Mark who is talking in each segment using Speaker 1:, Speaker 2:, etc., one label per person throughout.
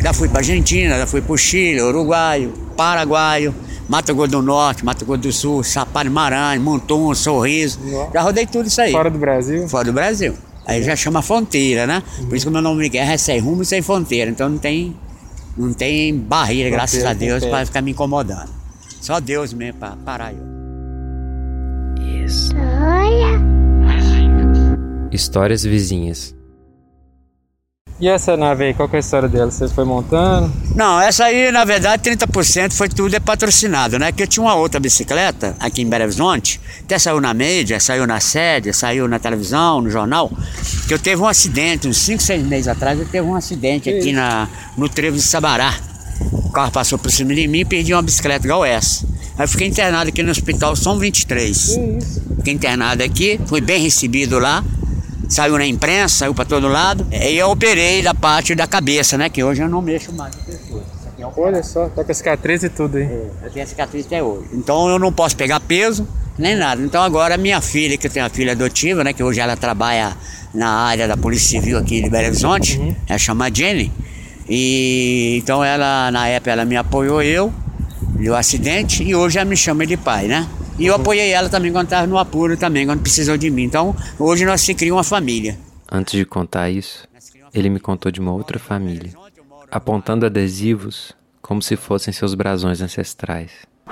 Speaker 1: Já fui pra Argentina, já fui pro Chile, Uruguai, Paraguai, Mato Grosso do Norte, Mato Grosso do Sul, Sapará-Maranhão, Montum, Sorriso. Já rodei tudo isso aí.
Speaker 2: Fora do Brasil?
Speaker 1: Fora do Brasil. Aí já chama fronteira, né? Por isso que o meu nome de guerra é Sem Rumo e Sem Fronteira. Então não tem barreira, graças a Deus, pra ficar me incomodando. Só Deus mesmo pra parar eu.
Speaker 3: Histórias vizinhas.
Speaker 2: E essa nave aí, qual que é a história dela? Você foi montando?
Speaker 1: Não, essa aí, na verdade, 30% foi tudo patrocinado, né? Porque eu tinha uma outra bicicleta aqui em Belo Horizonte, até saiu na mídia, saiu na sede, saiu na televisão, no jornal, que eu teve um acidente, uns 5, 6 meses atrás, eu teve um acidente aqui no trevo de Sabará. O carro passou por cima de mim e perdi uma bicicleta igual essa. Aí eu fiquei internado aqui no Hospital São 23. Fiquei internado aqui, fui bem recebido lá. Saiu na imprensa, saiu pra todo lado. E eu operei da parte da cabeça, né? Que hoje eu não mexo mais com pessoas.
Speaker 2: Olha só, tá com a cicatriz e tudo aí.
Speaker 1: Eu tenho a cicatriz até hoje. Então eu não posso pegar peso, nem nada. Então agora minha filha, que eu tenho uma filha adotiva, né? Que hoje ela trabalha na área da Polícia Civil aqui de Belo Horizonte. Ela chama Jenny. E então ela, na época, ela me apoiou deu acidente, e hoje ela me chama de pai, né? E eu apoiei ela também quando estava no apuro também, quando precisou de mim. Então, hoje nós se cria uma família.
Speaker 3: Antes de contar isso, ele me contou de uma outra família, apontando adesivos como se fossem seus brasões ancestrais.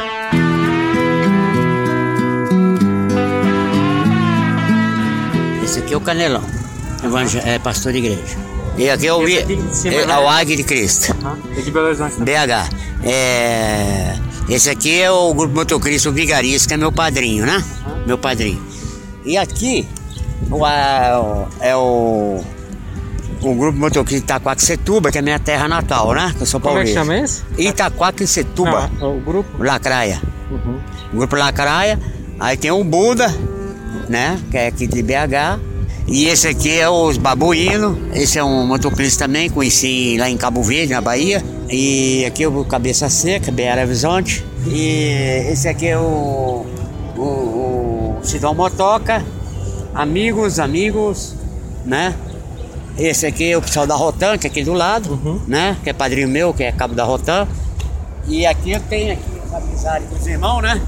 Speaker 1: Esse aqui é o Canelão, é pastor de igreja. E aqui é o Águia de Cristo.
Speaker 2: É de Belo Horizonte.
Speaker 1: BH. Esse aqui é o Grupo Motocristo Vigarista, que é meu padrinho, né? Meu padrinho. E aqui é o Grupo Motocristo Itaquaquecetuba, que é minha terra natal, né? Que eu sou paulista.
Speaker 2: Como é que chama esse?
Speaker 1: Itaquaquecetuba.
Speaker 2: O grupo?
Speaker 1: Lacraia. O Grupo Lacraia. Aí tem o Buda, né? Que é aqui de BH. E esse aqui é os Babuínos. Esse é um motociclista também, conheci lá em Cabo Verde, na Bahia. E aqui é o Cabeça Seca, Belo Horizonte. E esse aqui é o Sidão Motoca. Amigos, né? Esse aqui é o pessoal da Rotan, que é aqui do lado, né? Que é padrinho meu, que é cabo da Rotan. E aqui eu tenho aqui a amizade com os irmãos, né?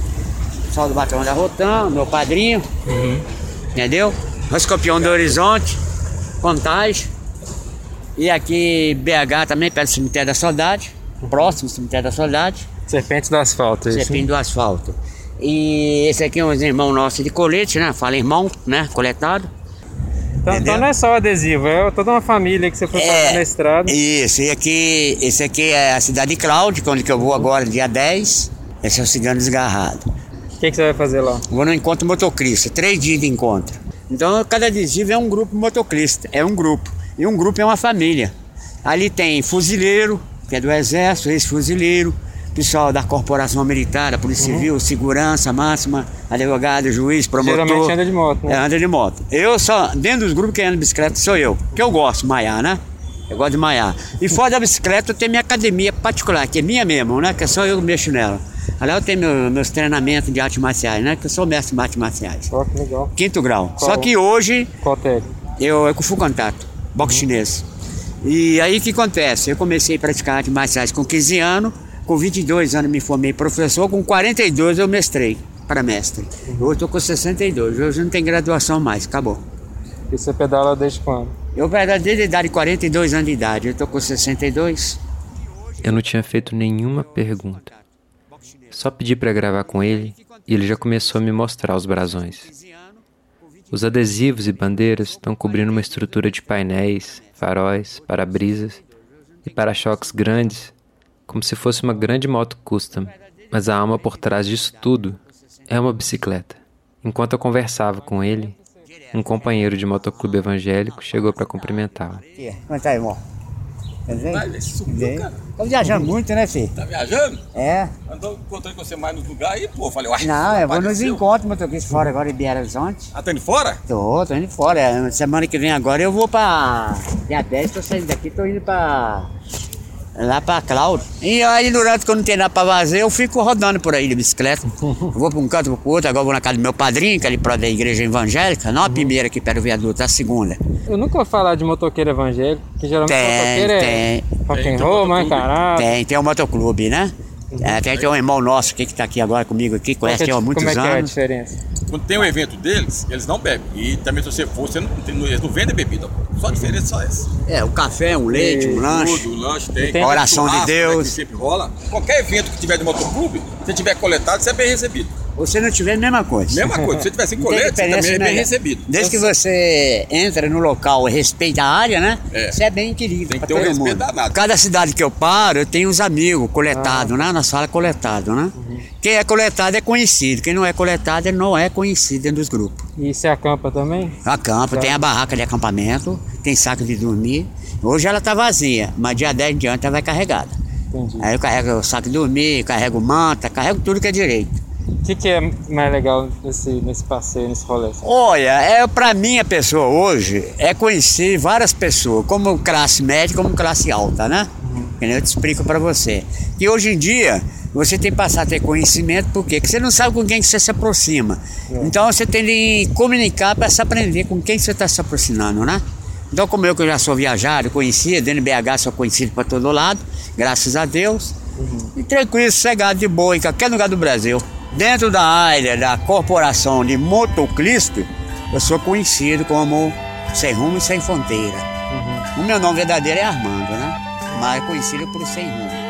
Speaker 1: O pessoal do Batalhão da Rotan, meu padrinho. Entendeu? Os campeões do Horizonte, Contagem. E aqui BH também, perto do Cemitério da Saudade. Próximo do Cemitério da Saudade.
Speaker 2: Serpente do Asfalto.
Speaker 1: Serpente do Asfalto. E esse aqui é um irmão nosso de colete, né? Fala irmão, né? Coletado.
Speaker 2: Então não é só o adesivo, é toda uma família que você foi passar na estrada.
Speaker 1: Isso, e aqui, esse aqui é a cidade de Cláudio, onde que eu vou agora, dia 10. Esse é o Cigano Desgarrado.
Speaker 2: O que você vai fazer lá?
Speaker 1: Vou no encontro motoclista, 3 dias de encontro. Então cada adesivo é um grupo motoclista, é um grupo. E um grupo é uma família. Ali tem fuzileiro, que é do Exército, ex-fuzileiro, pessoal da Corporação Militar, da Polícia Civil, segurança máxima, advogado, juiz, promotor.
Speaker 2: Geralmente anda de moto, né?
Speaker 1: Anda de moto. Eu só, dentro dos grupos que anda de bicicleta sou eu, que eu gosto de maiar, né? Eu gosto de maiar. E fora da bicicleta eu tenho minha academia particular, que é minha mesmo, né? Que é só eu que mexo nela. Aliás, eu tenho meus treinamentos de artes marciais, né? Que eu sou mestre de artes marciais.
Speaker 2: Oh, que legal.
Speaker 1: 5º grau.
Speaker 2: Qual?
Speaker 1: Só que hoje...
Speaker 2: Qual técnica?
Speaker 1: Eu Kung Fu Contato, boxe chinês. E aí o que acontece? Eu comecei a praticar artes marciais com 15 anos, com 22 anos me formei professor, com 42 eu mestrei para mestre. Hoje estou com 62, hoje não tem graduação mais, acabou.
Speaker 2: E você pedala desde quando?
Speaker 1: Eu pedalo desde a idade de 42 anos de idade, eu estou com 62.
Speaker 3: Eu não tinha feito nenhuma pergunta. Só pedi para gravar com ele e ele já começou a me mostrar os brasões. Os adesivos e bandeiras estão cobrindo uma estrutura de painéis, faróis, para-brisas e para-choques grandes, como se fosse uma grande moto custom. Mas a alma por trás disso tudo é uma bicicleta. Enquanto eu conversava com ele, um companheiro de motoclube evangélico chegou para cumprimentá-lo.
Speaker 1: Como é que tá, irmão?
Speaker 4: Subiu, cara.
Speaker 1: Tá viajando muito, né, filho?
Speaker 4: Tá viajando?
Speaker 1: É.
Speaker 4: Andou encontrando com você mais nos lugares aí, pô. Falei, uai.
Speaker 1: Não, eu vou nos encontros motoquistas fora agora em Belo Horizonte.
Speaker 4: Ah, tá indo fora?
Speaker 1: Tô indo fora. Semana que vem agora eu vou pra... Dia 10 tô saindo daqui, tô indo pra... Lá pra Cláudio. E aí, durante que eu não tenho nada pra fazer, eu fico rodando por aí de bicicleta. Eu vou pra um canto, vou pro outro. Agora eu vou na casa do meu padrinho, que é ali próximo da igreja evangélica. Não a primeira aqui perto do viaduto, a segunda.
Speaker 2: Eu nunca vou falar de motoqueiro evangélico, que geralmente motoqueiro é rock and roll, mais caralho.
Speaker 1: Tem o motoclube, né? Tem um irmão nosso aqui que tá aqui agora comigo aqui, conhece há muitos anos.
Speaker 2: Como é que é a diferença?
Speaker 4: Quando tem um evento deles, eles não bebem. E também se você for, eles não vendem bebida. Só a diferença só essa.
Speaker 1: O café, um leite, um lanche.
Speaker 4: Tudo, o lanche tem.
Speaker 1: A oração de Deus.
Speaker 4: Né, que sempre rola. Qualquer evento que tiver de motoclube, se tiver coletado, você é bem recebido.
Speaker 1: Ou se não tiver, mesma coisa.
Speaker 4: Mesma coisa. Se você tiver sem colete, você também é bem recebido.
Speaker 1: Desde que você entra no local e respeita a área, né? Você é bem querido.
Speaker 4: Tem que ter um respeito danado.
Speaker 1: Cada cidade que eu paro, eu tenho uns amigos coletados, né? Nós fala coletado, né? Quem é coletado é conhecido. Quem não é coletado, ele não é conhecido dentro dos grupos.
Speaker 2: E você acampa também?
Speaker 1: Acampa, tem a barraca de acampamento, tem saco de dormir. Hoje ela tá vazia, mas dia 10 de diante ela vai carregada.
Speaker 2: Entendi.
Speaker 1: Aí eu carrego o saco de dormir, carrego manta, carrego tudo que é direito.
Speaker 2: O que é mais legal nesse passeio, nesse rolê?
Speaker 1: Olha, pra mim a pessoa hoje é conhecer várias pessoas, como classe média, como classe alta, né? Eu te explico pra você. E hoje em dia, você tem que passar a ter conhecimento, por quê? Porque você não sabe com quem que você se aproxima. Então você tem que comunicar para se aprender com quem você está se aproximando, né? Então, como eu que já sou viajado, conhecido, dentro do BH sou conhecido para todo lado, graças a Deus. E tranquilo, sossegado, de boa, em qualquer lugar do Brasil. Dentro da área da corporação de motociclista, eu sou conhecido como Sem Rumo e Sem Fronteira. O meu nome verdadeiro é Armando, né? Mas é conhecido por Sem Rumo.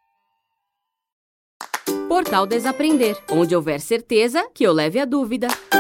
Speaker 5: Portal Desaprender, onde houver certeza, que eu leve a dúvida.